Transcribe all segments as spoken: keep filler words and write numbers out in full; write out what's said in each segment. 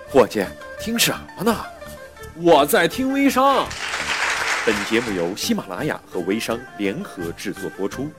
伙计，听什么呢？ 我在听微商。 本节目由喜马拉雅和微商联合制作播出。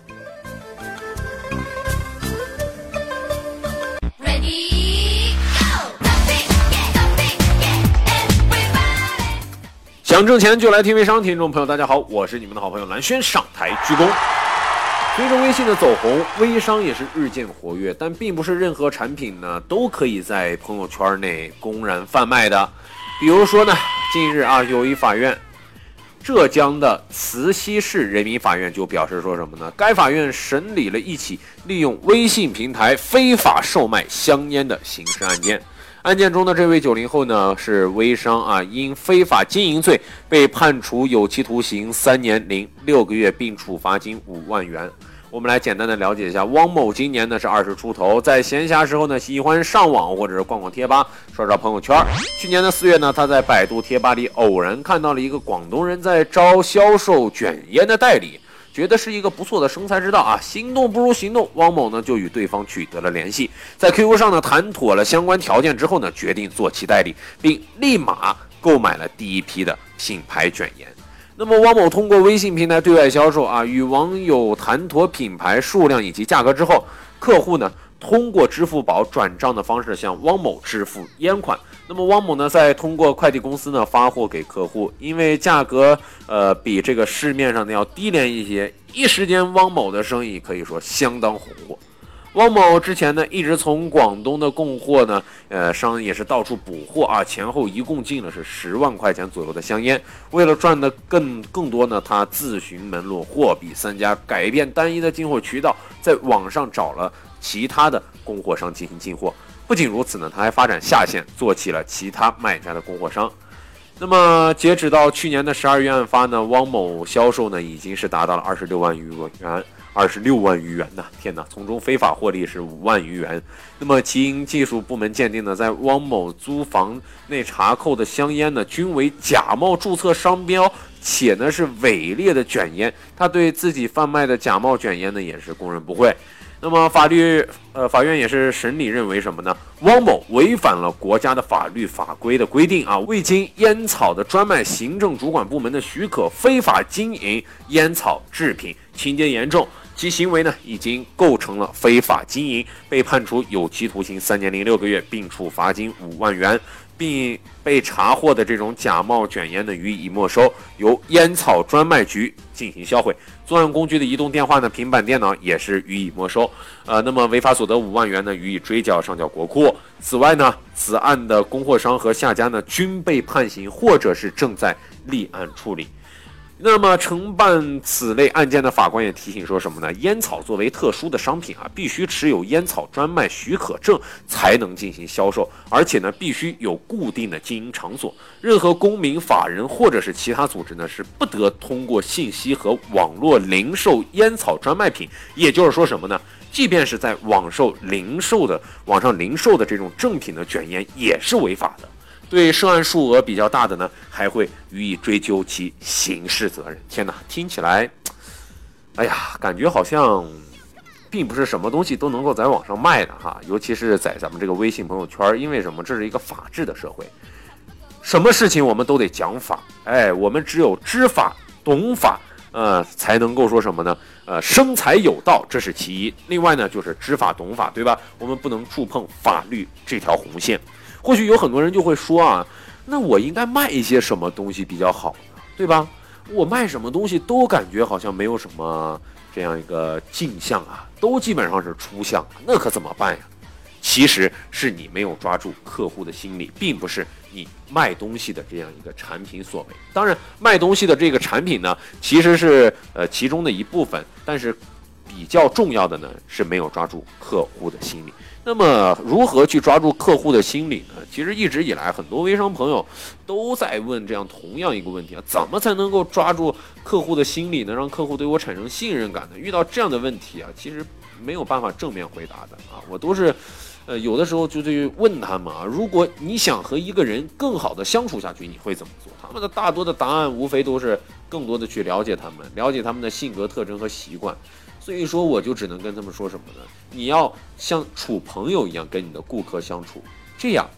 想挣钱就来听微商，听众朋友大家好，我是你们的好朋友蓝轩，上台鞠躬。随着微信的走红，微商也是日渐活跃，但并不是任何产品呢都可以在朋友圈内公然贩卖的。比如说呢，近日啊，有一法院，浙江的慈溪市人民法院就表示说什么呢？该法院审理了一起利用微信平台非法售卖香烟的刑事案件。案件中的这位九零后呢，是微商啊，因非法经营罪被判处有期徒刑三年零六个月，并处罚金五万元。我们来简单的了解一下，汪某今年呢是二十出头，在闲暇时候呢喜欢上网或者是逛逛贴吧，刷刷朋友圈。去年的四月呢，他在百度贴吧里偶然看到了一个广东人在招销售卷烟的代理，觉得是一个不错的生财之道啊，心动不如行动，汪某呢就与对方取得了联系，在 Q Q 上呢谈妥了相关条件之后呢，决定做其代理，并立马购买了第一批的品牌卷烟。那么汪某通过微信平台对外销售啊，与网友谈妥品牌数量以及价格之后，客户呢通过支付宝转账的方式向汪某支付烟款。那么汪某呢再通过快递公司呢发货给客户，因为价格呃比这个市面上的要低廉一些，一时间汪某的生意可以说相当红火。汪某之前呢一直从广东的供货呢，呃商也是到处补货啊，前后一共进了是十万块钱左右的香烟。为了赚的更更多呢，他自寻门路，货比三家，改变单一的进货渠道，在网上找了其他的供货商进行进货。不仅如此呢，他还发展下线，做起了其他卖家的供货商。那么截止到去年的十二月案发呢，汪某销售呢已经是达到了二十六万余元。二十六万余元呐！天哪，从中非法获利是五万余元。那么，其因技术部门鉴定呢，在汪某租房内查扣的香烟呢，均为假冒注册商标，且呢是伪劣的卷烟。他对自己贩卖的假冒卷烟呢，也是供认不讳。那么，法律呃，法院也是审理认为什么呢？汪某违反了国家的法律法规的规定啊，未经烟草的专卖行政主管部门的许可，非法经营烟草制品，情节严重。其行为呢已经构成了非法经营，被判处有期徒刑三年零六个月，并处罚金五万元，并被查获的这种假冒卷烟呢予以没收，由烟草专卖局进行销毁。作案工具的移动电话呢、平板电脑也是予以没收。呃，那么违法所得五万元呢予以追缴上缴国库。此外呢，此案的供货商和下家呢均被判刑，或者是正在立案处理。那么承办此类案件的法官也提醒说什么呢？烟草作为特殊的商品啊，必须持有烟草专卖许可证才能进行销售，而且呢，必须有固定的经营场所。任何公民、法人或者是其他组织呢，是不得通过信息和网络零售烟草专卖品。也就是说什么呢？即便是在网售零售的网上零售的这种正品的卷烟也是违法的。对涉案数额比较大的呢，还会予以追究其刑事责任。天哪，听起来，哎呀，感觉好像并不是什么东西都能够在网上卖的哈，尤其是在咱们这个微信朋友圈，因为什么？这是一个法治的社会，什么事情我们都得讲法，哎，我们只有知法懂法，呃，才能够说什么呢？呃，生财有道，这是其一。另外呢，就是知法懂法，对吧？我们不能触碰法律这条红线。或许有很多人就会说啊，那我应该卖一些什么东西比较好呢？对吧？我卖什么东西都感觉好像没有什么这样一个镜像啊，都基本上是出象，那可怎么办呀？其实是你没有抓住客户的心理，并不是你卖东西的这样一个产品所为。当然，卖东西的这个产品呢，其实是呃其中的一部分，但是比较重要的呢是没有抓住客户的心理。那么如何去抓住客户的心理呢？其实一直以来很多微商朋友都在问这样同样一个问题啊，怎么才能够抓住客户的心理呢？让客户对我产生信任感呢？遇到这样的问题啊，其实没有办法正面回答的啊，我都是呃有的时候就去问他们啊，如果你想和一个人更好的相处下去，你会怎么做？他们的大多的答案无非都是更多的去了解他们，了解他们的性格特征和习惯。所以说我就只能跟他们说什么呢？你要像处朋友一样跟你的顾客相处，这样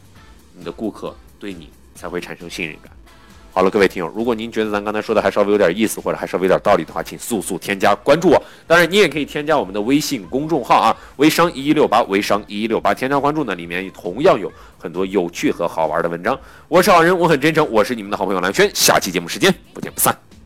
你的顾客对你才会产生信任感。好了，各位听友，如果您觉得咱刚才说的还稍微有点意思，或者还稍微有点道理的话，请速速添加关注我。当然，你也可以添加我们的微信公众号啊，微商一一六八，微商一一六八，添加关注呢，里面同样有很多有趣和好玩的文章。我是好人，我很真诚，我是你们的好朋友蓝轩，下期节目时间不见不散。